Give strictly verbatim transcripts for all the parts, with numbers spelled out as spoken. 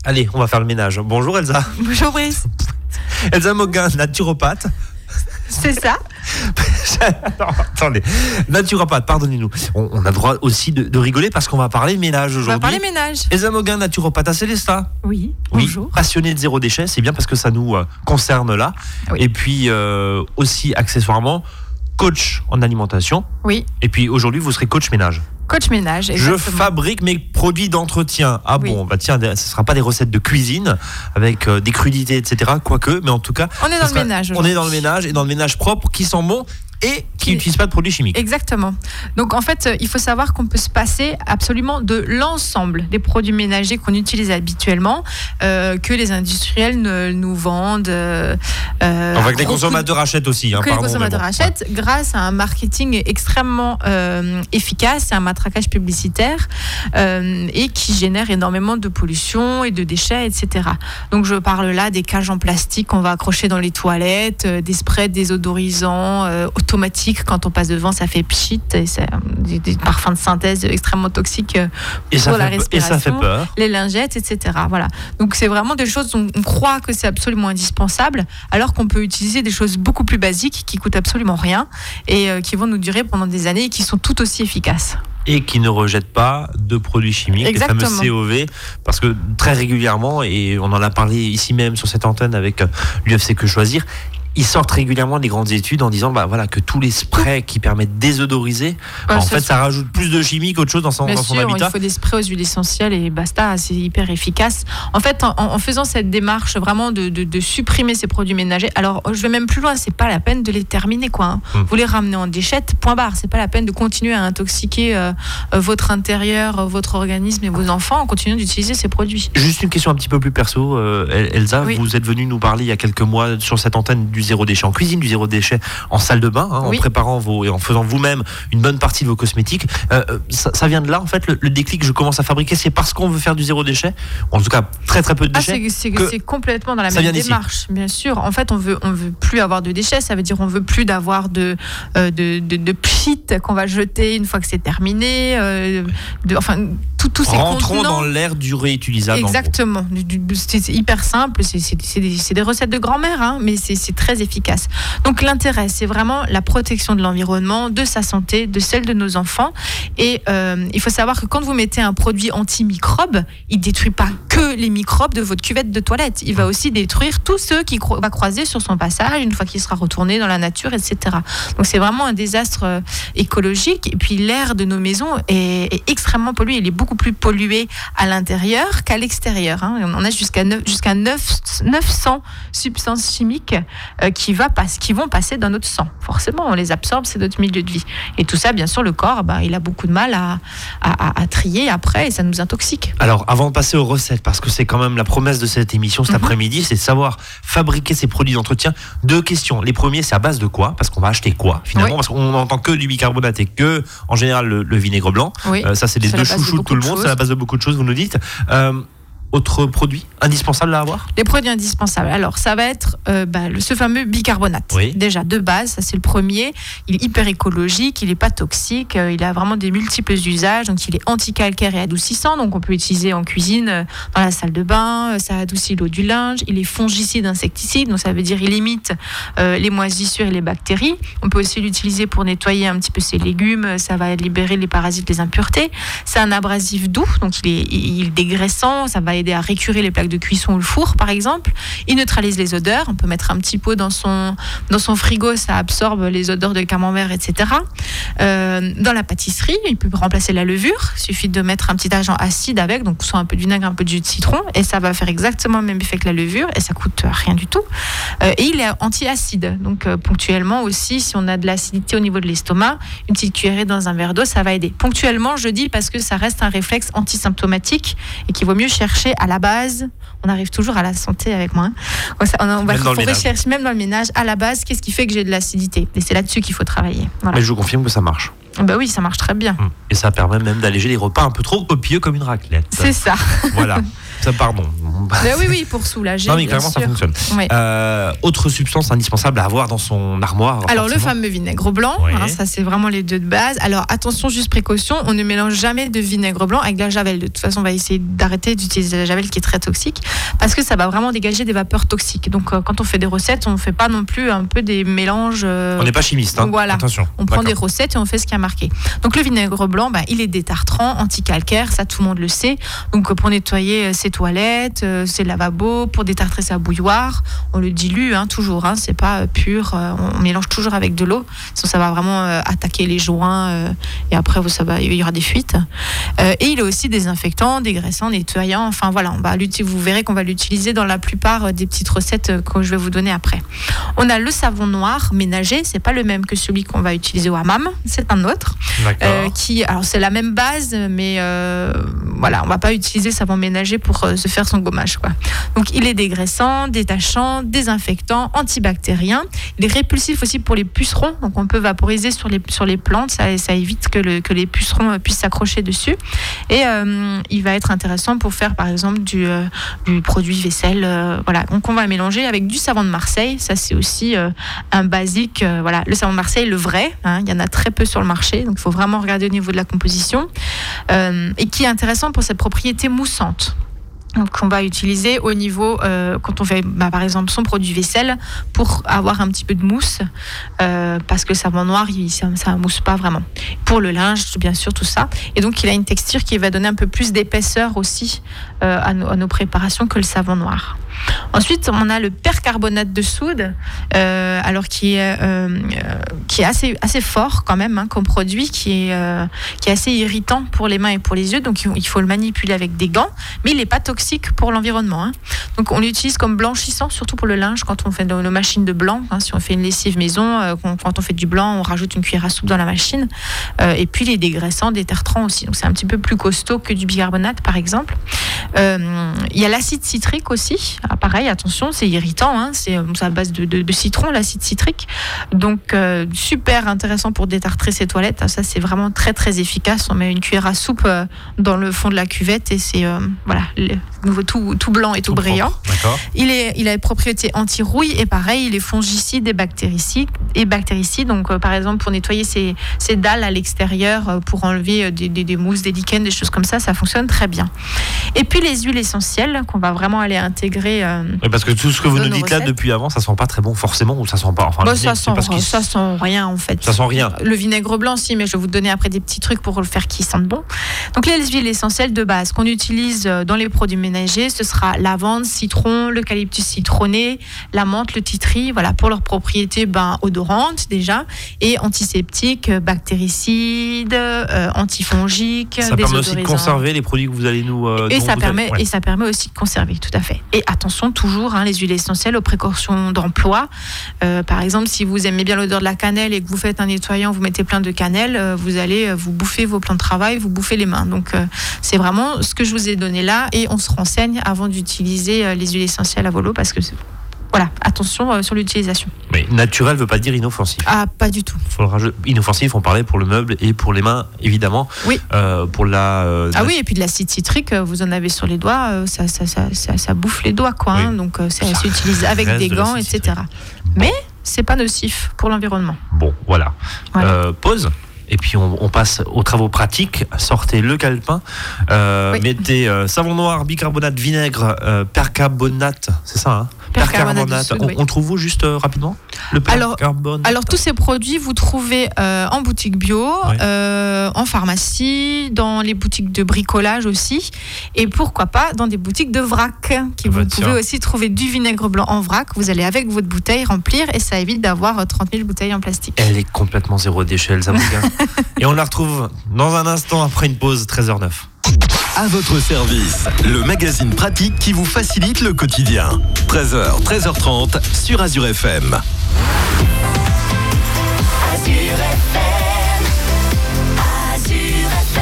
Allez, on va faire le ménage. Bonjour Elsa. Bonjour Brice. Elsa Moguin, naturopathe. C'est ça. Non, attendez, naturopathe, pardonnez-nous. On, on a le droit aussi de, de rigoler parce qu'on va parler ménage aujourd'hui. On va parler ménage. Elsa Moguin, naturopathe à Célestat. Oui, Oui, bonjour. passionnée de zéro déchet, c'est bien parce que ça nous euh, concerne là. Oui. Et puis euh, aussi, accessoirement, coach en alimentation. Oui, Et puis aujourd'hui, vous serez coach ménage. coach ménage. Je Exactement. fabrique mes produits d'entretien. Ah Oui. bon, bah tiens, ce ne sera pas des recettes de cuisine avec euh, des crudités, et cetera. Quoique, mais en tout cas, On est ça dans le sera- ménage On aujourd'hui. est dans le ménage et dans le ménage propre qui sent bon et qui Qui- n'utilise pas de produits chimiques. Exactement. Donc en fait, euh, il faut savoir qu'on peut se passer absolument de l'ensemble des produits ménagers qu'on utilise habituellement, euh, que les industriels ne- nous vendent. Euh, euh, Enfin, que les gros coups de- consommateurs achètent aussi. Hein, que les pardon, consommateurs mais bon. achètent grâce à un marketing extrêmement euh, efficace et un matraquage publicitaire euh, et qui génère énormément de pollution et de déchets, et cetera. Donc je parle là des cages en plastique qu'on va accrocher dans les toilettes, euh, des sprays désodorisants euh, automatiques, quand on passe devant ça fait pchit, et c'est, euh, des, des parfums de synthèse extrêmement toxiques euh, Et ça, pour la fait, et ça fait respiration. peur. les lingettes, et cetera. Voilà. Donc c'est vraiment des choses dont on croit que c'est absolument indispensable, alors qu'on peut utiliser des choses beaucoup plus basiques qui coûtent absolument rien et euh, qui vont nous durer pendant des années et qui sont tout aussi efficaces. Et qui ne rejettent pas de produits chimiques, Exactement. les fameux C O V, parce que très régulièrement, et on en a parlé ici même sur cette antenne avec euh, l'U F C Que Choisir, ils sortent régulièrement des grandes études en disant bah, voilà, que tous les sprays qui permettent de désodoriser, bah, en ça, fait c'est- ça rajoute plus de chimie qu'autre chose dans son, Bien dans son sûr, il habitat. faut des sprays aux huiles essentielles et basta, c'est hyper efficace. En fait, en, en faisant cette démarche vraiment de, de, de supprimer ces produits ménagers, alors je vais même plus loin, c'est pas la peine de les terminer, quoi. Hein. Hum. Vous les ramenez en déchettent, point barre. C'est pas la peine de continuer à intoxiquer euh, euh, votre intérieur, euh, votre organisme et vos enfants en continuant d'utiliser ces produits. Juste une question un petit peu plus perso, euh, El- Elsa, Oui. vous êtes venue nous parler il y a quelques mois sur cette antenne du zéro déchet en cuisine, du zéro déchet en salle de bain, hein, Oui. en préparant vos et en faisant vous-même une bonne partie de vos cosmétiques. Euh, euh, ça, ça vient de là en fait, le, le déclic que je commence à fabriquer, c'est parce qu'on veut faire du zéro déchet, en tout cas très très peu de Ah, déchets. c'est, c'est, que c'est complètement dans la ça même vient d'ici. démarche, bien sûr. En fait, on veut, on veut plus avoir de déchets. Ça veut dire on veut plus d'avoir de, euh, de, de, de pchit qu'on va jeter une fois que c'est terminé. Euh, de, enfin, tout- tous ces Rentrons contenants. dans l'ère du réutilisable. en gros. Exactement. Du- du- C'est c'est hyper simple. C'est c'est- c'est des, c'est des recettes de grand-mère, hein, mais c'est c'est très efficace. Donc l'intérêt, c'est vraiment la protection de l'environnement, de sa santé, de celle de nos enfants. Et euh, il faut savoir que quand vous mettez un produit antimicrobe, il détruit pas que les microbes de votre cuvette de toilette. Il va aussi détruire tous ceux qu'il cro- va croiser sur son passage une fois qu'il sera retourné dans la nature, et cetera. Donc c'est vraiment un désastre euh, écologique. Et puis l'air de nos maisons est, est extrêmement pollué. Il est beaucoup plus pollué à l'intérieur qu'à l'extérieur. Hein. On a jusqu'à neuf- jusqu'à neuf cents substances chimiques euh, qui, va pas, qui vont passer dans notre sang. Forcément, on les absorbe, c'est notre milieu de vie. Et tout ça, bien sûr, le corps, bah, il a beaucoup de mal à, à, à- à trier après et ça nous intoxique. Alors, avant de passer aux recettes, parce que c'est quand même la promesse de cette émission cet Mhm. après-midi, c'est de savoir fabriquer ces produits d'entretien. Deux questions. Les premiers, c'est à base de quoi? Parce qu'on va acheter quoi, finalement? Oui. Parce qu'on n'entend que du bicarbonate et que, en général, le, le vinaigre blanc. Oui. Euh, ça, c'est les C'est deux la base de chouchous de beaucoup tout le de monde. choses. C'est la base de beaucoup de choses, vous nous dites. Euh, autre produit indispensable à avoir? Les produits indispensables. Alors, ça va être euh, bah, le, ce fameux bicarbonate. Oui. Déjà, de base, ça c'est le premier. Il est hyper écologique, il n'est pas toxique, euh, il a vraiment des multiples usages. Donc, il est anticalcaire et adoucissant. Donc, on peut l'utiliser en cuisine, euh, dans la salle de bain. Euh, ça adoucit l'eau du linge. Il est fongicide, insecticide. Donc, ça veut dire il limite euh, les moisissures et les bactéries. On peut aussi l'utiliser pour nettoyer un petit peu ses légumes. Ça va libérer les parasites, les impuretés. C'est un abrasif doux. Donc, il est, il est dégraissant. Ça va aider à récurer les plaques de cuisson ou le four, par exemple. Il neutralise les odeurs. On peut mettre un petit pot dans son, dans son frigo, ça absorbe les odeurs de camembert, et cetera. Euh, dans la pâtisserie, il peut remplacer la levure. Il suffit de mettre un petit agent acide avec, donc soit un peu de vinaigre, un peu de jus de citron, et ça va faire exactement le même effet que la levure, et ça coûte rien du tout. Euh, et il est anti-acide. Donc, euh, ponctuellement aussi, si on a de l'acidité au niveau de l'estomac, une petite cuillerée dans un verre d'eau, ça va aider. Ponctuellement, je dis, parce que ça reste un réflexe antisymptomatique et qu'il vaut mieux chercher à la base. On arrive toujours à la santé avec moi. Hein. On, on, on va Même dans le faut ménage. rechercher, même dans le ménage, à la base, qu'est-ce qui fait que j'ai de l'acidité. Et c'est là-dessus qu'il faut travailler. Voilà. Mais je vous confirme que ça marche. Bah oui, ça marche très bien. Et ça permet même d'alléger les repas un peu trop copieux comme une raclette. C'est ça. Voilà. Ça, pardon. Bah oui, oui, pour soulager. Non, mais bien clairement, sûr. ça fonctionne. Oui. Euh, autre substance indispensable à avoir dans son armoire. Alors, forcément. le fameux vinaigre blanc, Oui. hein, ça c'est vraiment les deux de base. Alors, attention, juste précaution, on ne mélange jamais de vinaigre blanc avec de la javel. De toute façon, on va essayer d'arrêter d'utiliser la javel qui est très toxique parce que ça va vraiment dégager des vapeurs toxiques. Donc, euh, quand on fait des recettes, on ne fait pas non plus un peu des mélanges. Euh... On n'est pas chimiste, hein. Voilà. Attention. On prend D'accord. des recettes et on fait ce qui a marqué. Donc, le vinaigre blanc, bah, il est détartrant, anticalcaire, ça tout le monde le sait. Donc, pour nettoyer ses toilettes, ses lavabos, pour détartrer sa bouilloire, on le dilue hein, toujours, hein, c'est pas euh, pur, euh, on mélange toujours avec de l'eau, sinon ça va vraiment euh, attaquer les joints euh, et après ça va, il y aura des fuites. Euh, et il est aussi désinfectant, dégraissant, nettoyant, enfin voilà, on va vous verrez qu'on va l'utiliser dans la plupart des petites recettes que je vais vous donner après. On a le savon noir ménager, c'est pas le même que celui qu'on va utiliser au hammam, c'est un autre. Euh, qui, alors c'est la même base, mais euh, voilà, on va pas utiliser le savon ménager pour euh, se faire son gommage. Quoi. Donc il est dégraissant, détachant, désinfectant, antibactérien. Il est répulsif aussi pour les pucerons, donc on peut vaporiser sur les, sur les plantes, ça, ça évite que, le, que les pucerons puissent s'accrocher dessus. Et euh, il va être intéressant pour faire par exemple du, euh, du produit vaisselle. Euh, voilà. Donc on va mélanger avec du savon de Marseille, ça c'est aussi euh, un basique. Euh, voilà. Le savon de Marseille, le vrai, hein, il y en a très peu sur le marché, donc il faut vraiment regarder au niveau de la composition. Euh, et qui est intéressant pour cette propriété moussante. Donc, on va utiliser au niveau, euh, quand on fait bah, par exemple son produit vaisselle, pour avoir un petit peu de mousse, euh, parce que le savon noir, il, ça ne mousse pas vraiment. Pour le linge, bien sûr, tout ça. Et donc, il a une texture qui va donner un peu plus d'épaisseur aussi euh, à, nos, à nos préparations que le savon noir. Ensuite, on a le percarbonate de soude, euh, alors qui est, euh, qui est assez, assez fort quand même hein, comme produit, qui est, euh, qui est assez irritant pour les mains et pour les yeux. Donc, il faut le manipuler avec des gants, mais il n'est pas toxique pour l'environnement. Hein. Donc, on l'utilise comme blanchissant, surtout pour le linge, quand on fait dans nos machines de blanc. Hein, si on fait une lessive maison, euh, quand on fait du blanc, on rajoute une cuillère à soupe dans la machine. Euh, et puis, les dégraissants, détartrants aussi. Donc, c'est un petit peu plus costaud que du bicarbonate, par exemple. Euh, il y a l'acide citrique aussi. Ah, pareil, attention, c'est irritant, hein, c'est, c'est à base de, de, de citron, l'acide citrique. Donc, euh, super intéressant pour détartrer ses toilettes. Ça, c'est vraiment très, très efficace. On met une cuillère à soupe euh, dans le fond de la cuvette et c'est euh, voilà, le, tout, tout blanc et tout, tout brillant. Il, est, il a une propriété anti-rouille et pareil, il est fongicide et bactéricide. Et bactéricide donc, euh, par exemple, pour nettoyer ses, ses dalles à l'extérieur, euh, pour enlever des, des, des mousses, des lichens, des choses comme ça, ça fonctionne très bien. Et puis, les huiles essentielles qu'on va vraiment aller intégrer. Euh, oui, parce que tout ce que vous nous dites là depuis avant, ça sent pas très bon forcément, ou ça sent pas. Enfin, bon, le ça, vinaigre, sent, ça sent rien en fait. Ça sent rien. Le vinaigre blanc, si, mais je vais vous donner après des petits trucs pour le faire qui sentent bon. Donc les huiles essentielles de base qu'on utilise dans les produits ménagers, ce sera lavande, citron, l'eucalyptus citronné, la menthe, le titri, voilà pour leurs propriétés ben, odorantes déjà, et antiseptiques, bactéricides, euh, antifongiques. Ça permet aussi de conserver les produits que vous allez nous. Euh, et ça vous permet allez, ouais. et ça permet aussi de conserver, tout à fait. Et attention toujours, hein, les huiles essentielles aux précautions d'emploi. Euh, par exemple, si vous aimez bien l'odeur de la cannelle et que vous faites un nettoyant, vous mettez plein de cannelle, euh, vous allez euh, vous bouffer vos plans de travail, vous bouffez les mains. Donc euh, c'est vraiment ce que je vous ai donné là, et on se renseigne avant d'utiliser euh, les huiles essentielles à volo parce que voilà, attention euh, sur l'utilisation. Mais naturel ne veut pas dire inoffensif. Ah, pas du tout. Faut le rajouter. Inoffensif, on parlait pour le meuble et pour les mains, évidemment. Oui. Euh, pour la. Euh, ah la... oui, et puis de l'acide citrique, vous en avez sur les doigts, euh, ça, ça, ça, ça, ça bouffe les doigts, quoi. Oui. Hein, donc euh, ça, ça s'utilise avec des gants, et cetera. Mais c'est pas nocif pour l'environnement. Bon, voilà. voilà. Euh, pause. Et puis on, on passe aux travaux pratiques. Sortez le calepin, euh, oui. mettez euh, savon noir, bicarbonate, vinaigre, euh, percarbonate, c'est ça, hein, percarbonate. percarbonate. Soude, on, oui. on trouve où juste euh, rapidement le percarbonate. Alors, alors tous ces produits vous trouvez euh, en boutique bio, oui. euh, en pharmacie, dans les boutiques de bricolage aussi, et pourquoi pas dans des boutiques de vrac. Qui vous bah, pouvez aussi trouver du vinaigre blanc en vrac. Vous allez avec votre bouteille remplir et ça évite d'avoir trente mille bouteilles en plastique. Elle est complètement zéro déchet, Elsa Bougain. Et on la retrouve dans un instant après une pause treize heures neuf. À votre service, le magazine pratique qui vous facilite le quotidien. treize heures, treize heures trente sur Azure F M. Azure F M. Azure F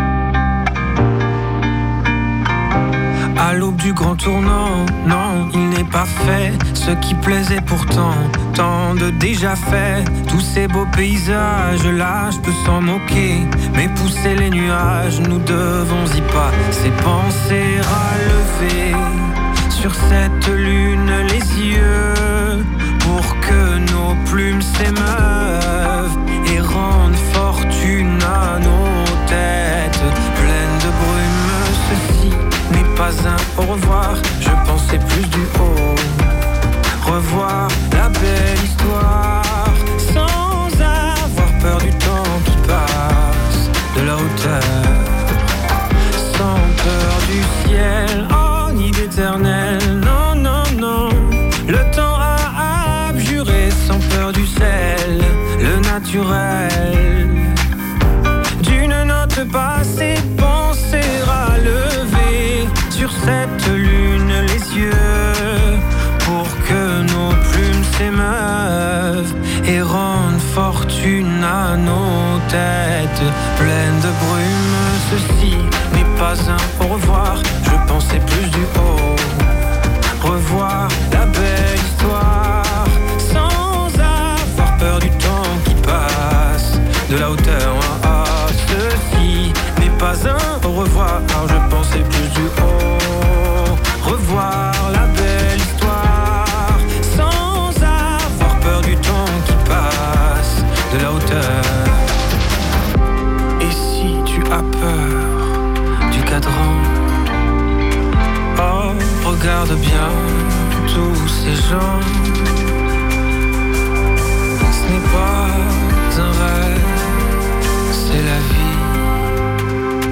M. À l'aube du grand tournant, non, il n'est n'est pas fait, ce qui plaisait pourtant, tant de déjà fait. Tous ces beaux paysages là, je peux s'en moquer, mais pousser les nuages, nous devons y passer. Penser à lever sur cette lune les yeux, pour que nos plumes s'émeuvent et rendent fortune à nos têtes pleines de brume. Ceci n'est pas un au revoir, je pensais plus du haut. Revoir la belle histoire sans avoir peur du temps qui passe, de la hauteur, sans peur du ciel, oh ni d'éternel, non, non, non. Le temps a abjuré sans peur du sel, le naturel. D'une note passée, penser à lever sur cette lune les yeux, pour que nos plumes s'émeuvent et rendent fortune à nos têtes pleines de brume. Ceci n'est pas un au revoir, je pensais plus du haut. Revoir la belle histoire sans avoir peur du temps qui passe, de la hauteur. Ah, ah, ceci n'est pas un au revoir, je pensais plus du haut. Revoir la belle histoire sans avoir peur du temps qui passe, de la hauteur. Et si tu as peur du cadran, oh, regarde bien tous ces gens. Ce n'est pas un rêve, c'est la vie.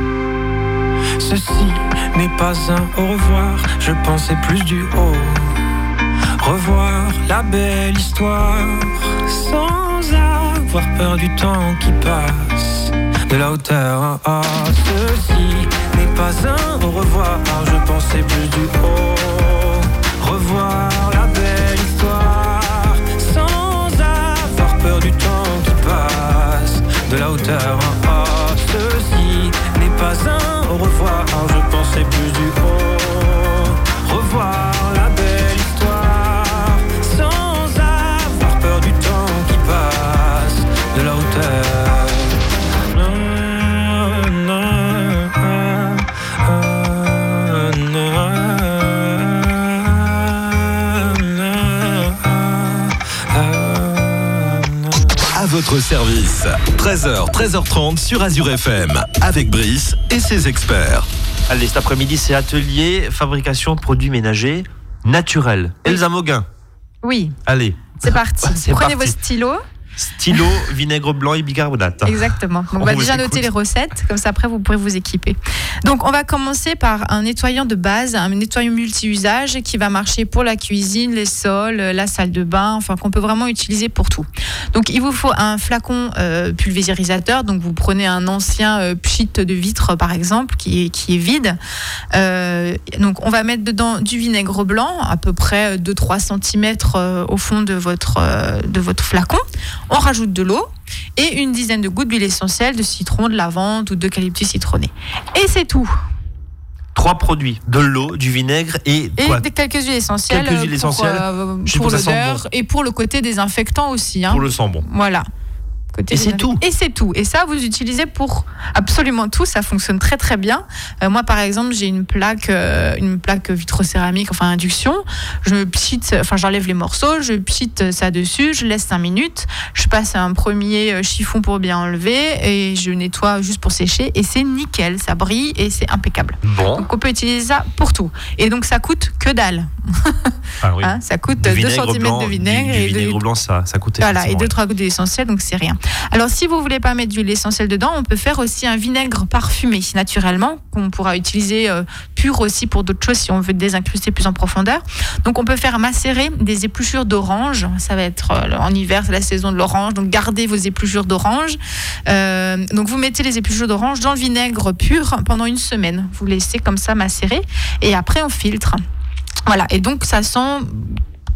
Ceci n'est pas un au revoir, je pensais plus du haut. Revoir la belle histoire sans avoir peur du temps qui passe, de la hauteur. Ah, ceci n'est pas un au revoir, je pensais plus du haut. Revoir la belle histoire sans avoir peur du temps qui passe, de la hauteur. Ah, ceci n'est pas un au revoir, je pensais plus du haut. Revoir la belle histoire sans avoir peur du temps qui passe, de la hauteur. À votre service, treize heures, treize heures trente sur Azure F M, avec Brice et ses experts. Allez, cet après-midi, c'est atelier fabrication de produits ménagers naturels. Elsa Mauguin. Oui. Allez. C'est parti. C'est Prenez parti. vos stylos. Stylo, vinaigre blanc et bicarbonate. Exactement. Donc, on On va vous déjà écoute. noter les recettes, comme ça après vous pourrez vous équiper. Donc, on va commencer par un nettoyant de base, un nettoyant multi-usage qui va marcher pour la cuisine, les sols, la salle de bain, enfin qu'on peut vraiment utiliser pour tout. Donc, il vous faut un flacon euh, pulvérisateur. Donc, vous prenez un ancien euh, pchit de vitre par exemple qui est, qui est vide. Euh, donc, on va mettre dedans du vinaigre blanc, à peu près deux à trois centimètres euh, au fond de votre, euh, de votre flacon. On rajoute de l'eau et une dizaine de gouttes d'huile essentielle, de citron, de lavande ou d'eucalyptus citronné. Et c'est tout. Trois produits, de l'eau, du vinaigre et, Et quoi des- quelques huiles essentielles, Quelques huiles pour, essentielles. euh, Je sais pour pas, ça sent l'odeur bon. et pour le côté désinfectant aussi. Hein. Pour le sang bon. Voilà. Côté Et c'est désinfectant. tout. Et c'est tout. Et ça, vous utilisez pour absolument tout. Ça fonctionne très très bien. Euh, moi, par exemple, j'ai une plaque, euh, une plaque vitrocéramique, enfin induction. Je pchite, enfin j'enlève les morceaux, je pchite ça dessus, je laisse cinq minutes. Je passe un premier chiffon pour bien enlever et je nettoie juste pour sécher. Et c'est nickel, ça brille et c'est impeccable. Bon. Donc on peut utiliser ça pour tout. Et donc ça coûte que dalle. Ah oui. Hein, ça coûte Du deux vinaigre centimètres blanc, de vinaigre du, du et de- vinaigre blanc, ça, ça coûte voilà, et effectivement, deux ouais. trois gouttes d'huile essentielle, donc c'est rien. Alors si vous voulez pas mettre d'huile essentielle dedans, on peut faire aussi un vinaigre parfumé naturellement qu'on pourra utiliser euh, pur aussi pour d'autres choses si on veut désincruster plus en profondeur. Donc on peut faire macérer des épluchures d'orange. Ça va être euh, en hiver, c'est la saison de l'orange, donc gardez vos épluchures d'orange. Euh, donc vous mettez les épluchures d'orange dans le vinaigre pur pendant une semaine. Vous laissez comme ça macérer et après on filtre. Voilà, et donc ça sent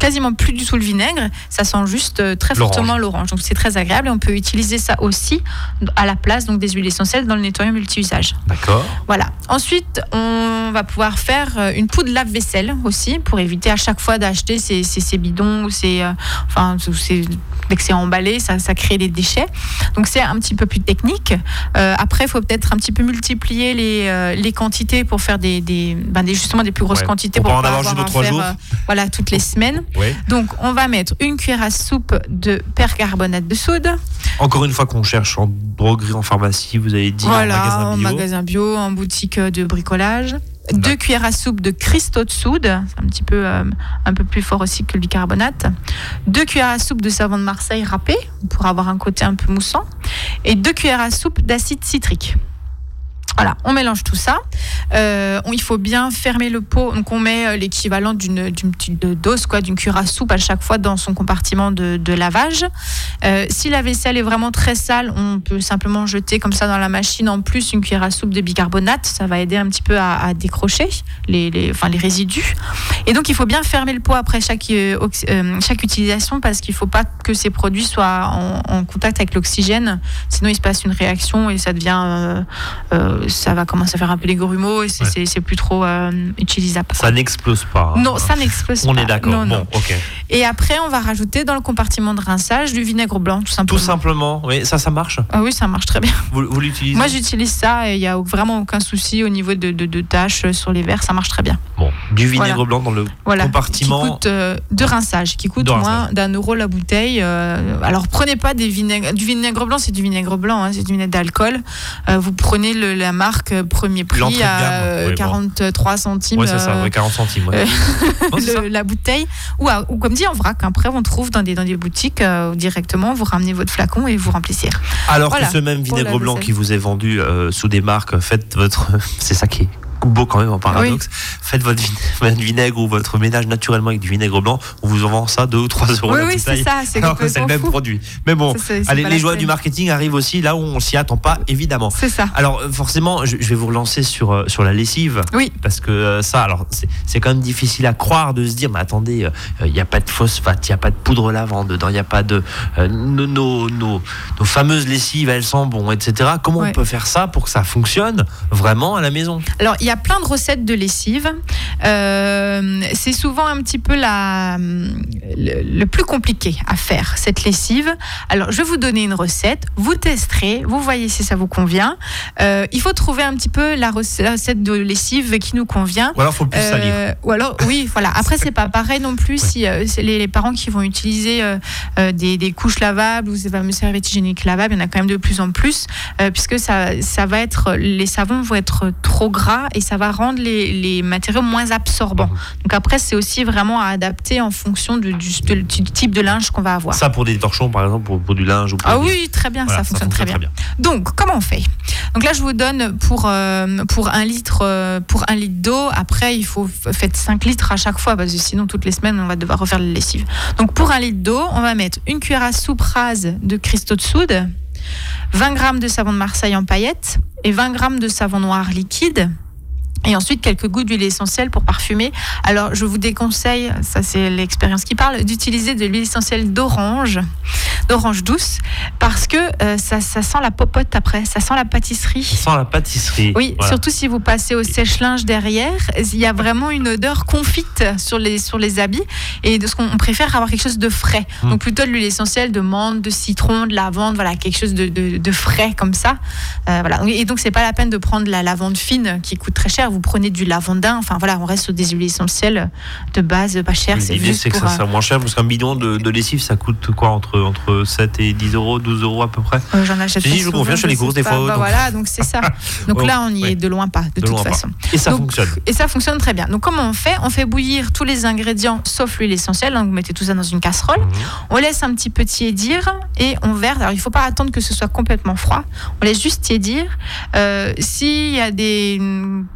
quasiment plus du tout le vinaigre. Ça sent juste euh, très L'orange. fortement l'orange. Donc c'est très agréable et on peut utiliser ça aussi à la place donc, des huiles essentielles dans le nettoyant multi-usage. D'accord. Voilà. Ensuite, on va pouvoir faire euh, une poudre lave-vaisselle aussi pour éviter à chaque fois d'acheter ces, ces, ces bidons ou ces, euh, enfin, ces, dès que c'est emballé, ça, ça crée des déchets. Donc c'est un petit peu plus technique. Euh, après, il faut peut-être un petit peu multiplier les, euh, les quantités pour faire des, des, ben, des justement des plus grosses Ouais. quantités Pour pour pas en pas avoir avoir juste à aux trois faire, jours. euh, voilà, toutes les semaines. Ouais. Donc on va mettre une cuillère à soupe de percarbonate de soude. Encore une fois qu'on cherche en droguerie, en pharmacie, vous avez dit Voilà, en en magasin bio. magasin bio, en boutique de bricolage. Deux cuillères à soupe de cristaux de soude, c'est un petit peu euh, un peu plus fort aussi que le bicarbonate. Deux cuillères à soupe de savon de Marseille râpé pour avoir un côté un peu moussant, et deux cuillères à soupe d'acide citrique. Voilà, on mélange tout ça. Euh, on, il faut bien fermer le pot. Donc on met l'équivalent d'une, d'une petite dose, quoi, d'une cuillère à soupe à chaque fois dans son compartiment de, de lavage. Euh, si la vaisselle est vraiment très sale, on peut simplement jeter comme ça dans la machine en plus une cuillère à soupe de bicarbonate. Ça va aider un petit peu à, à décrocher les, les, enfin, les résidus. Et donc il faut bien fermer le pot après chaque, euh, chaque utilisation parce qu'il ne faut pas que ces produits soient en, en contact avec l'oxygène. Sinon il se passe une réaction et ça devient... Euh, euh, ça va commencer à faire un peu les grumeaux et c'est, Ouais. c'est, c'est plus trop euh, utilisable. Ça n'explose pas. Non, ça n'explose On pas. est d'accord. Non, Bon, non. ok. Et après, on va rajouter dans le compartiment de rinçage du vinaigre blanc, tout simplement. Tout simplement. Oui, ça, ça marche. Ah oui, ça marche très bien. Vous, vous l'utilisez? Moi, j'utilise ça et il n'y a vraiment aucun souci au niveau de, de, de taches sur les verres. Ça marche très bien. Bon, du vinaigre Voilà. blanc dans le Voilà. compartiment. Qui coûte euh, de rinçage, qui coûte De moins rinçage. d'un euro la bouteille. Euh, alors, prenez pas des vinaigres. Du vinaigre blanc, c'est du vinaigre blanc, hein, c'est du vinaigre d'alcool. Euh, vous prenez le, la marque euh, premier prix L'entrée de à gamme, euh, ouais, bon. quarante-trois centimes. Oui, c'est ça, euh, ouais, quarante centimes. Ouais. euh, Non, c'est ça. le- la bouteille ou, à- ou comme dit en vrac. Après, on trouve dans des, dans des boutiques euh, directement. Vous ramenez votre flacon et vous remplissez. Alors Voilà, que ce même pour vinaigre la blanc vaisselle. qui vous est vendu euh, sous des marques, faites votre. C'est ça qui est beau quand même en paradoxe. Faites votre vin- votre vinaigre ou votre ménage naturellement avec du vinaigre blanc. On vous en vend ça deux ou trois euros Oui, la oui, bouteille. c'est ça. C'est Alors que c'est le complètement même fou. produit. Mais bon, Ça, c'est- c'est allez, pas les la joies peine. du marketing arrivent aussi là où on s'y attend pas, évidemment. C'est ça. Alors euh, forcément, je, je vais vous relancer sur euh, sur la lessive. Oui. Parce que euh, ça, alors c'est, c'est quand même difficile à croire de se dire, mais attendez, il n'y a pas de phosphate, il n'y a pas de poudre lavande dedans, il n'y a pas de euh, nos, nos, nos, nos fameuses lessives, elles sont bon, et cetera. Comment Ouais. on peut faire ça pour que ça fonctionne vraiment à la maison? Alors, il y a plein de recettes de lessive. Euh, c'est souvent un petit peu la, le, le plus compliqué à faire, cette lessive. Alors, je vais vous donner une recette. Vous testerez, vous voyez si ça vous convient. Euh, il faut trouver un petit peu la recette de lessive qui nous convient. Ou alors, faut le plus salir. Euh, ou alors, oui, voilà. Après, c'est pas pareil non plus si euh, c'est les, les parents qui vont utiliser euh, euh, des, des couches lavables ou ces fameuses serviettes hygiéniques lavables. Il y en a quand même de plus en plus, euh, puisque ça, ça va être, les savons vont être trop gras et ça va rendre les, les matériaux moins absorbants. Donc après, c'est aussi vraiment à adapter en fonction du, du, du type de linge qu'on va avoir. Ça pour des torchons, par exemple, pour, pour du linge ou pour Ah du- oui, très bien, Voilà, ça fonctionne très bien. Donc, comment on fait? Donc là, je vous donne pour, euh, pour, un litre, euh, pour un litre d'eau. Après, il faut faire cinq litres à chaque fois, parce que sinon, toutes les semaines, on va devoir refaire la lessive. Donc, pour un litre d'eau, on va mettre une cuillère à soupe rase de cristaux de soude, vingt grammes de savon de Marseille en paillettes et vingt grammes de savon noir liquide. Et ensuite, quelques gouttes d'huile essentielle pour parfumer. Alors, je vous déconseille, ça c'est l'expérience qui parle, d'utiliser de l'huile essentielle d'orange, d'orange douce, parce que euh, ça, ça sent la popote après, ça sent la pâtisserie. Sans la pâtisserie. Oui, Voilà. surtout si vous passez au sèche-linge derrière, il y a vraiment une odeur confite sur les, sur les habits. Et de ce qu'on on préfère avoir quelque chose de frais. Mm. Donc plutôt de l'huile essentielle de menthe, de citron, de lavande, voilà, quelque chose de, de, de frais comme ça. Euh, voilà. Et donc c'est pas la peine de prendre la lavande fine qui coûte très cher. Vous prenez du lavandin. Enfin voilà, on reste sur des huiles essentielles de base, pas chères. C'est L'idée, juste c'est que pour, ça euh, soit moins cher, parce qu'un bidon de, de lessive, ça coûte quoi, entre, entre sept et dix euros, douze euros à peu près? Euh, J'en achète Si, pas je vous souvent, confirme, je fais les sais courses des pas. fois, Bah donc- voilà, donc c'est ça. Donc Oh, là, on y ouais. est de loin pas, de, De toute loin pas. façon. Et ça Donc, fonctionne. Et ça fonctionne très bien. Donc comment on fait? On fait bouillir tous les ingrédients sauf l'huile essentielle. Donc vous mettez tout ça dans une casserole. Mhm. On laisse un petit peu tiédir et on verse. Alors il ne faut pas attendre que ce soit complètement froid. On laisse juste tiédir. Euh, S'il y a des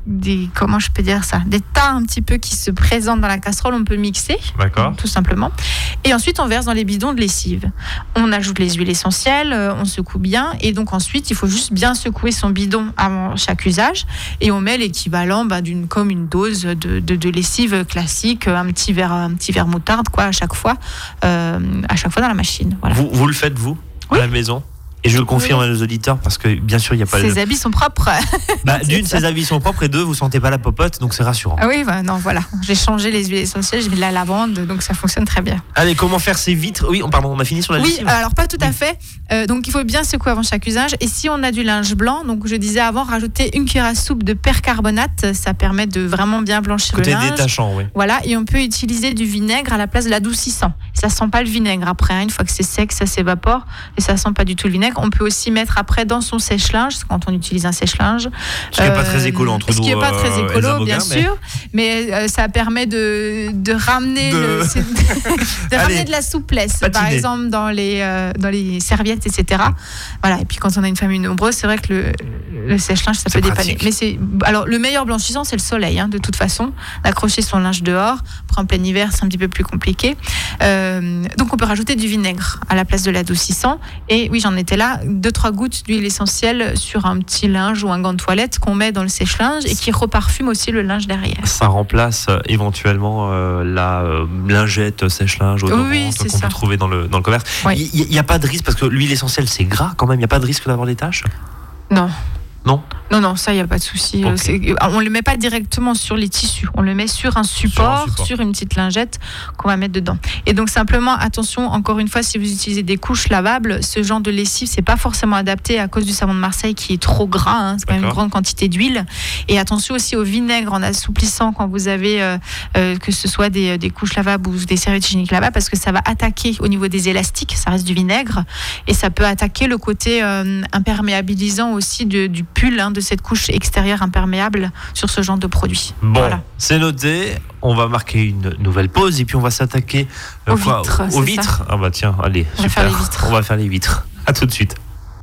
des, comment je peux dire ça, des tas un petit peu qui se présentent dans la casserole, on peut mixer, D'accord. tout simplement. Et ensuite, on verse dans les bidons de lessive. On ajoute les huiles essentielles, euh, on secoue bien, et donc ensuite, il faut juste bien secouer son bidon avant chaque usage, et on met l'équivalent bah, d'une comme une dose de, de, de lessive classique, un petit verre, un petit verre moutarde, quoi, à chaque fois, euh, à chaque fois dans la machine. Voilà. Vous, vous le faites, vous, Oui. à la maison? Et je le confirme Oui. à nos auditeurs parce que bien sûr il n'y a pas Ces le... habits sont propres. Bah, C'est d'une, ça. ces habits sont propres et deux, vous sentez pas la popote, donc c'est rassurant. Ah oui, bah, non, voilà. J'ai changé les huiles essentielles, j'ai mis de la lavande, donc ça fonctionne très bien. Allez, comment faire ces vitres? Oui, on- pardon, on a fini sur la Oui, lessive. alors pas tout à fait. Euh, donc il faut bien secouer avant chaque usage. Et si on a du linge blanc, donc je disais avant, rajouter une cuillère à soupe de percarbonate, ça permet de vraiment bien blanchir Côté le linge. détachant, oui. Voilà, et on peut utiliser du vinaigre à la place de l'adoucissant. Ça sent pas le vinaigre après, hein. Une fois que c'est sec, ça s'évapore et ça sent pas du tout le vinaigre. On peut aussi mettre après dans son sèche-linge, quand on utilise un sèche-linge. Ce qui n'est pas très écolo entre Ce nous. qui n'est pas très euh, écolo, Elsa bien Bogain, mais- sûr, mais euh, ça permet de, de ramener, De- le- c'est- de ramener Allez, de la souplesse, par patiner. exemple dans les, euh, dans les serviettes, et cetera. Voilà. Et puis quand on a une famille nombreuse, c'est vrai que le, le sèche-linge, ça C'est peut pratique. dépanner. Mais c'est, alors le meilleur blanchissant, c'est le soleil, hein, de toute façon. D'accrocher son linge dehors. Après, en plein hiver, c'est un petit peu plus compliqué. Euh, donc on peut rajouter du vinaigre à la place de l'adoucissant. Et oui, j'en étais là, deux trois gouttes d'huile essentielle sur un petit linge ou un gant de toilette qu'on met dans le sèche-linge et qui reparfume aussi le linge derrière. Ça remplace euh, éventuellement euh, la euh, lingette sèche-linge odorante Oui, c'est qu'on ça. peut trouver dans le, dans le commerce. Il Oui. n'y a pas de risque parce que l'huile essentielle c'est gras quand même, il n'y a pas de risque d'avoir des taches? Non. Non. Non, non, ça, il n'y a pas de souci. Ok. C'est- On ne le met pas directement sur les tissus. On le met sur un support, sur, support. une petite lingette qu'on va mettre dedans. Et donc, simplement, attention, encore une fois, si vous utilisez des couches lavables, ce genre de lessive, c'est pas forcément adapté à cause du savon de Marseille qui est trop gras. Hein, c'est quand même une D'accord. grande quantité d'huile. Et attention aussi au vinaigre en assouplissant quand vous avez, euh, euh, que ce soit des, des couches lavables ou des serviettes hygiéniques lavables, parce que ça va attaquer au niveau des élastiques, ça reste du vinaigre. Et ça peut attaquer le côté euh, imperméabilisant aussi de- du pull, hein, de cette couche extérieure imperméable sur ce genre de produit. Bon, Voilà. c'est noté. On va marquer une nouvelle pause et puis on va s'attaquer euh, Aux quoi, vitres, Aux c'est vitres. Ah bah tiens, allez, On va super. faire les vitres. On va faire les vitres. À tout de suite.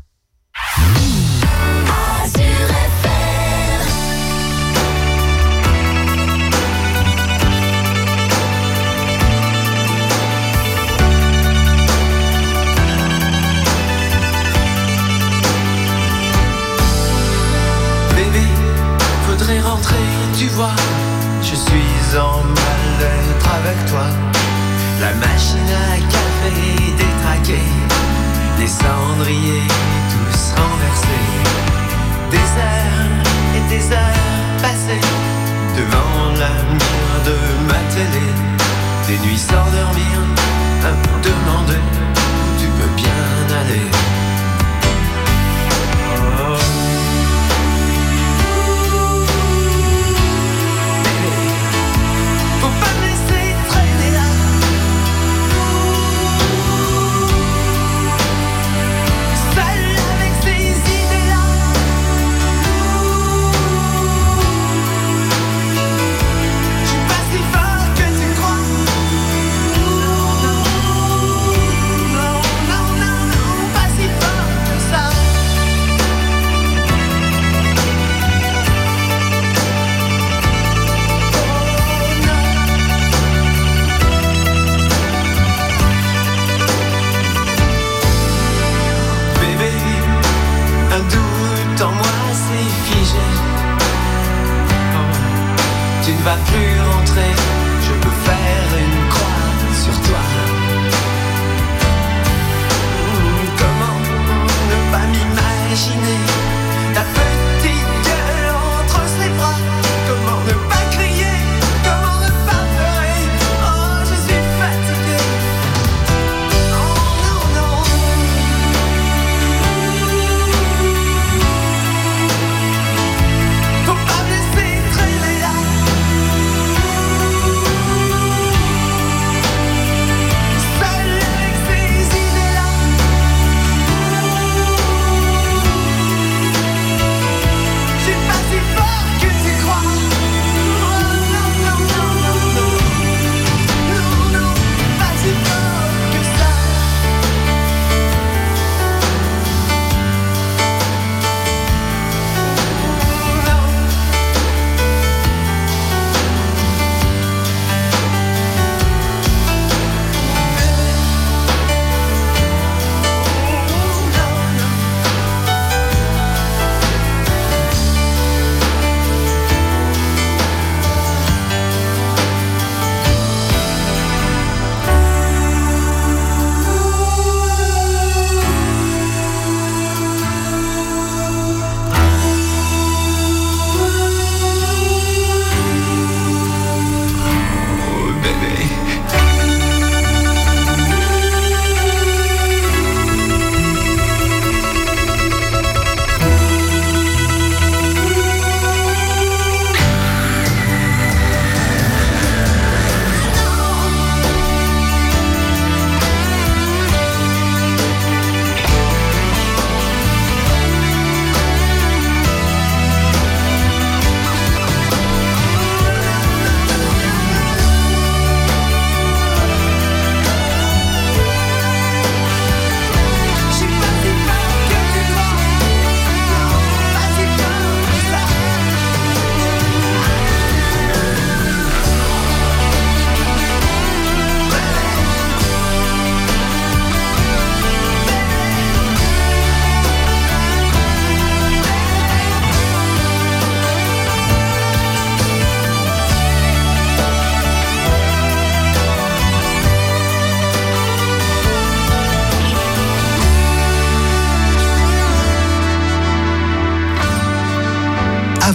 Azure F M. Bébé, faudrait rentrer, tu vois. Je suis en mal-être avec toi. La machine à café détraquée, les cendriers tous renversés. Des heures et des heures passées devant la mire de ma télé. Des nuits sans dormir, à me demander où tu peux bien aller. Oh. Faut pas me laisser traîner là. Seul avec ces idées-là. Je suis pas si fort que tu crois. Non, non, non, non, non, pas si fort que ça. Oh non. Bébé, un doute en moi s'est figé. Oh, tu ne vas plus rentrer, je peux faire une croix sur toi. Mmh, Comment ne pas m'imaginer ta petite gueule entre ses bras? Comment ne pas crier? Comment ne pas pleurer? Oh, je suis fatiguée. Oh non, non. Faut pas me laisser traîner là. Seul avec ces idées-là.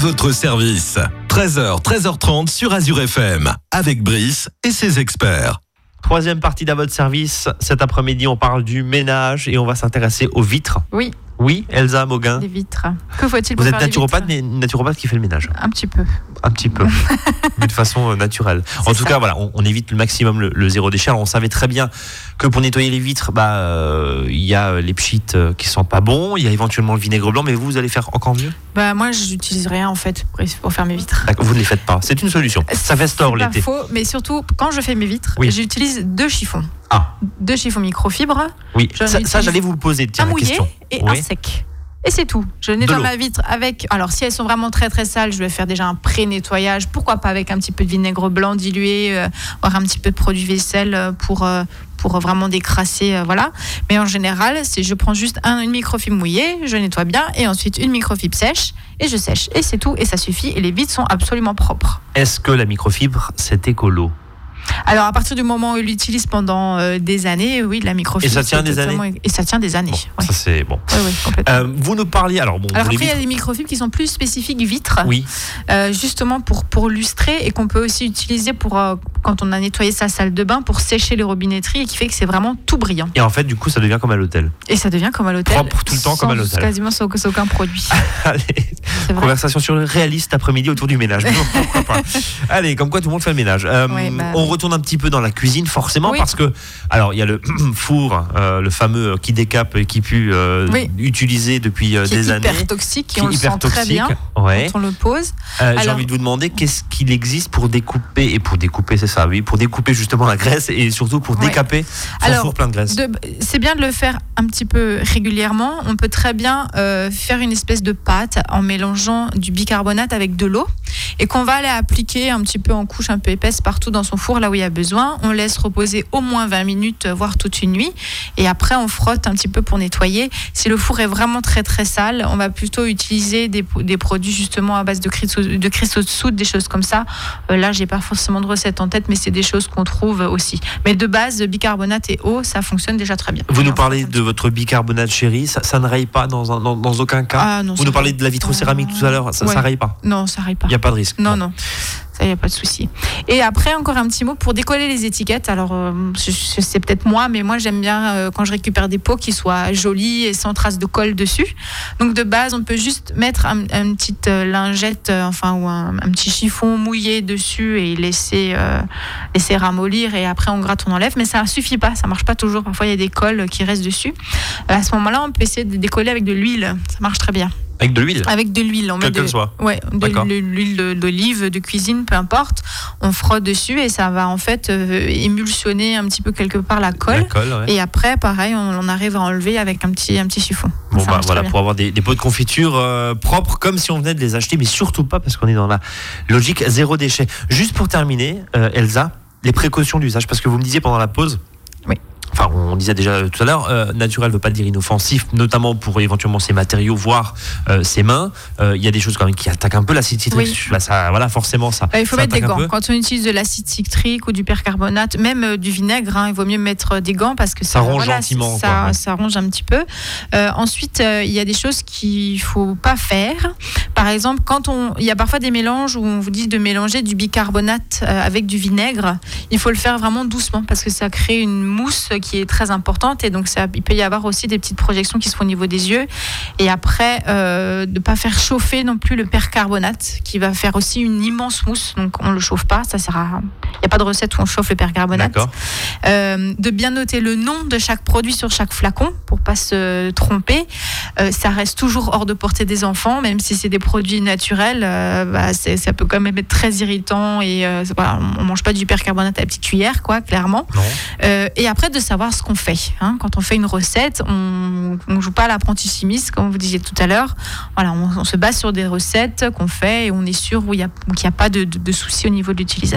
votre service. treize heures, treize heures trente sur Azure F M, avec Brice et ses experts. Troisième partie d'à votre service. Cet après-midi, on parle du ménage et on va s'intéresser aux vitres. Oui, Oui, Elsa Mauguin. des vitres. Que faut-il pour Vous êtes faire des naturopathe, vitres mais naturopathe qui fait le ménage. Un petit peu. Un petit peu. Mais de façon euh, naturelle. En tout ça. cas, voilà, on, on évite le maximum le, le zéro déchet. Alors, on savait très bien que pour nettoyer les vitres, bah, euh, il y a les pchites euh, qui sont pas bons. Il y a éventuellement le vinaigre blanc, mais vous, vous allez faire encore mieux. Bah, moi, j'utilise rien en fait pour, pour faire mes vitres. D'accord, vous ne les faites pas. C'est une solution. Ça fait store C'est pas l'été. faux, mais surtout, quand je fais mes vitres, Oui. j'utilise deux chiffons. Ah, Deux chiffons microfibres, oui. Je Ça, ça, l'utilise j'allais vous le poser. Tiens, un la mouillé question. et Oui. un sec. Et c'est tout. Je nettoie l'eau. ma vitre avec. Alors, si elles sont vraiment très très sales, je vais faire déjà un pré-nettoyage. Pourquoi pas avec un petit peu de vinaigre blanc dilué, euh, voire un petit peu de produit vaisselle euh, pour, euh, pour vraiment décrasser. Euh, voilà. Mais en général, c'est je prends juste un, une microfibre mouillée, je nettoie bien, et ensuite une microfibre sèche, et je sèche. Et c'est tout, et ça suffit. Et les vitres sont absolument propres. Est-ce que la microfibre, c'est écolo? Alors, à partir du moment où on l'utilise pendant euh, des années, oui, la microfibre. Et ça tient c'est des totalement- années Et ça tient des années. Bon, oui. ça c'est bon. Oui, oui, complètement. Euh, vous nous parliez, alors bon, Alors pour après, les il y a vitres, des microfibres qui sont plus spécifiques vitres, oui, euh, justement pour, pour lustrer, et qu'on peut aussi utiliser pour, euh, quand on a nettoyé sa salle de bain, pour sécher les robinetteries, et qui fait que c'est vraiment tout brillant. et en fait, du coup, ça devient comme à l'hôtel. Et ça devient comme à l'hôtel. Propre tout le temps, comme à sans- l'hôtel. Quasiment sans, sans aucun produit. Allez, C'est vrai. conversation sur le réaliste après-midi autour du ménage. Mais bon, pourquoi pas. Allez, comme quoi tout le monde fait le ménage. Euh, Ouais, bah, on retourne un petit peu dans la cuisine, forcément, Oui. parce que, alors, il y a le four, euh, le fameux qui décape et qui pue, euh, Oui. utilisé depuis euh, Qui est des années. hyper toxique, Qui et on est le hyper sent très toxique. bien Ouais. quand on le pose. Euh, J'ai Alors- envie de vous demander qu'est-ce qu'il existe pour découper, et pour découper, c'est ça, oui, pour découper justement la graisse et surtout pour Ouais. décaper son Alors, four plein de graisse. De- c'est bien de le faire un petit peu régulièrement. On peut très bien euh, faire une espèce de pâte en mélangeant du bicarbonate avec de l'eau, et qu'on va aller appliquer un petit peu en couche un peu épaisse partout dans son four là où il y a besoin. On laisse reposer au moins vingt minutes, voire toute une nuit, et après on frotte un petit peu pour nettoyer. Si le four est vraiment très très sale, on va plutôt utiliser des, des produits justement à base de cristaux de, cristaux de soude, des choses comme ça. Euh, là, j'ai pas forcément de recette en tête, mais c'est des choses qu'on trouve aussi. Mais de base, bicarbonate et eau, ça fonctionne déjà très bien. Vous nous Alors, parlez un de votre bicarbonate chéri, ça, ça ne raye pas dans, un- dans, dans aucun cas. Ah, non, Vous ça nous parlez raye de la vitrocéramique tout à l'heure, ça, Ouais. ça raye pas. Non, ça raye pas. Il n'y a pas de risque. Non, Bon. non. Ça, il n'y a pas de souci. Et après, encore un petit mot pour décoller les étiquettes. Alors, euh, je- je- c'est peut-être moi, mais moi, j'aime bien euh, quand je récupère des pots qui soient jolis et sans traces de colle dessus. Donc, de base, on peut juste mettre un, une petite euh, lingette, euh, enfin, ou un, un petit chiffon mouillé dessus et laisser, euh, laisser ramollir. Et après, on gratte, on enlève. Mais ça ne suffit pas. Ça ne marche pas toujours. Parfois, il y a des colles qui restent dessus. À ce moment-là, on peut essayer de décoller avec de l'huile. Ça marche très bien. Avec de l'huile, Avec de l'huile, on met quelle de, qu'elle soit. ouais, de D'accord. l'huile de- d'olive, de cuisine, peu importe. On frotte dessus et ça va en fait euh, émulsionner un petit peu quelque part la colle. La colle, ouais. Et après, pareil, on, on arrive à enlever avec un petit, un petit chiffon. Bon, Ça bah, marche voilà, très pour avoir des, des pots de confiture euh, propres, comme si on venait de les acheter, mais surtout pas parce qu'on est dans la logique zéro déchet. Juste pour terminer, euh, Elsa, les précautions d'usage, parce que vous me disiez pendant la pause. Oui. Enfin, on disait déjà tout à l'heure, euh, naturel ne veut pas dire inoffensif, notamment pour éventuellement ses matériaux, voire euh, ses mains. Euh, Il y a des choses quand même qui attaquent un peu l'acide citrique. Oui. Bah, ça, voilà, forcément, ça. Euh, il faut ça mettre des attaque un gants. peu. Quand on utilise de l'acide citrique ou du percarbonate, même euh, du vinaigre, hein, il vaut mieux mettre des gants parce que Ça ça, ronge voilà, gentiment, Ça, quoi, ouais. ça ronge un petit peu. Euh, ensuite, euh, il y a des choses qu'il faut pas faire. Par exemple, quand on, il y a parfois des mélanges où on vous dit de mélanger du bicarbonate euh, avec du vinaigre. Il faut le faire vraiment doucement parce que ça crée une mousse qui est très importante, et donc ça, il peut y avoir aussi des petites projections qui se font au niveau des yeux. Et après, euh, de pas faire chauffer non plus le percarbonate qui va faire aussi une immense mousse. Donc on le chauffe pas, ça sert à. Il n'y a pas de recette où on chauffe le percarbonate. D'accord. Euh, de bien noter le nom de chaque produit sur chaque flacon pour pas se tromper. Euh, ça reste toujours hors de portée des enfants, même si c'est des produits naturels. Euh, bah, c'est- ça peut quand même être très irritant, et euh, voilà, on mange pas du percarbonate à la petite cuillère, quoi, clairement. Non. Euh, et après, de savoir ce qu'on fait. Hein. Quand on fait une recette, on ne joue pas à l'apprenti chimiste, comme vous disiez tout à l'heure. Voilà, on, on se base sur des recettes qu'on fait et on est sûr où il n'y a, qu'il n'y a pas de, de, de soucis au niveau de l'utilisation.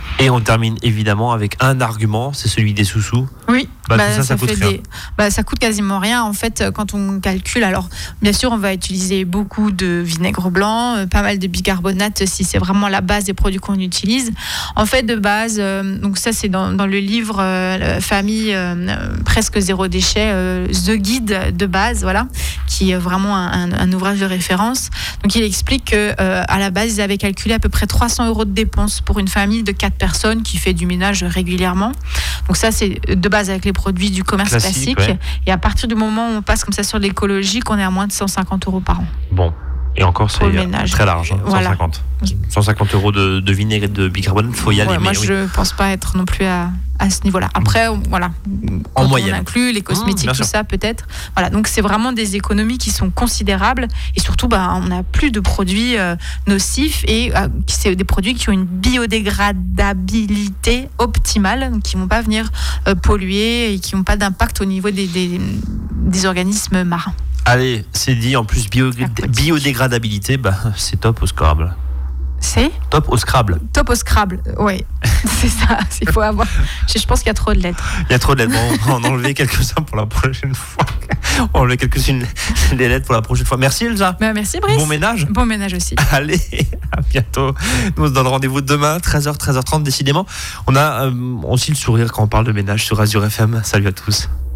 Et on termine évidemment avec un argument, c'est celui des sous-sous. Oui, Bah, bah, tout ça, ça coûte fait rien. des- bah, ça coûte quasiment rien en fait quand on calcule. Alors bien sûr, on va utiliser beaucoup de vinaigre blanc, euh, pas mal de bicarbonate si c'est vraiment la base des produits qu'on utilise. En fait, de base, euh, donc ça c'est dans, dans le livre euh, Famille euh, euh, presque zéro déchet, euh, The Guide de base, voilà, qui est vraiment un, un- un ouvrage de référence. Donc il explique que euh, à la base, ils avaient calculé à peu près trois cents euros de dépenses pour une famille de quatre personnes qui fait du ménage régulièrement. Donc ça, c'est de base avec les produits du commerce Classique, classique. ouais. Et à partir du moment où on passe comme ça sur l'écologique, on est à moins de cent cinquante euros par an. Bon, et encore c'est Pour le ménage. très large, hein, Voilà. cent cinquante. cent cinquante euros de, de vinaigre et de bicarbonate, faut y aller. Ouais, moi, mais oui. je pense pas être non plus à, à ce niveau-là. Après, on- voilà. Quand moyenne. On inclut les Mmh, cosmétiques, bien tout sûr. ça, peut-être. Voilà. Donc, c'est vraiment des économies qui sont considérables. Et surtout, bah, on n'a plus de produits euh, nocifs et euh, c'est des produits qui ont une biodégradabilité optimale, donc qui ne vont pas venir euh, polluer et qui n'ont pas d'impact au niveau des, des, des organismes marins. Allez, c'est dit, en plus bio- Aquatique. biodégradabilité, bah, c'est top au Scrabble. C'est Top au Scrabble. top au Scrabble. Oui, c'est ça. Il faut avoir. Je je pense qu'il y a trop de lettres. Il y a trop de lettres. Bon, on va en enlever quelques-uns pour la prochaine fois. On va enlever quelques-unes des lettres pour la prochaine fois. Merci Elsa. Bah, merci, Brice. Bon ménage. Bon ménage aussi. Allez, à bientôt. Nous, on se donne rendez-vous demain, treize heures, treize heures trente, décidément. On a euh, aussi le sourire quand on parle de ménage sur Azure F M. Salut à tous.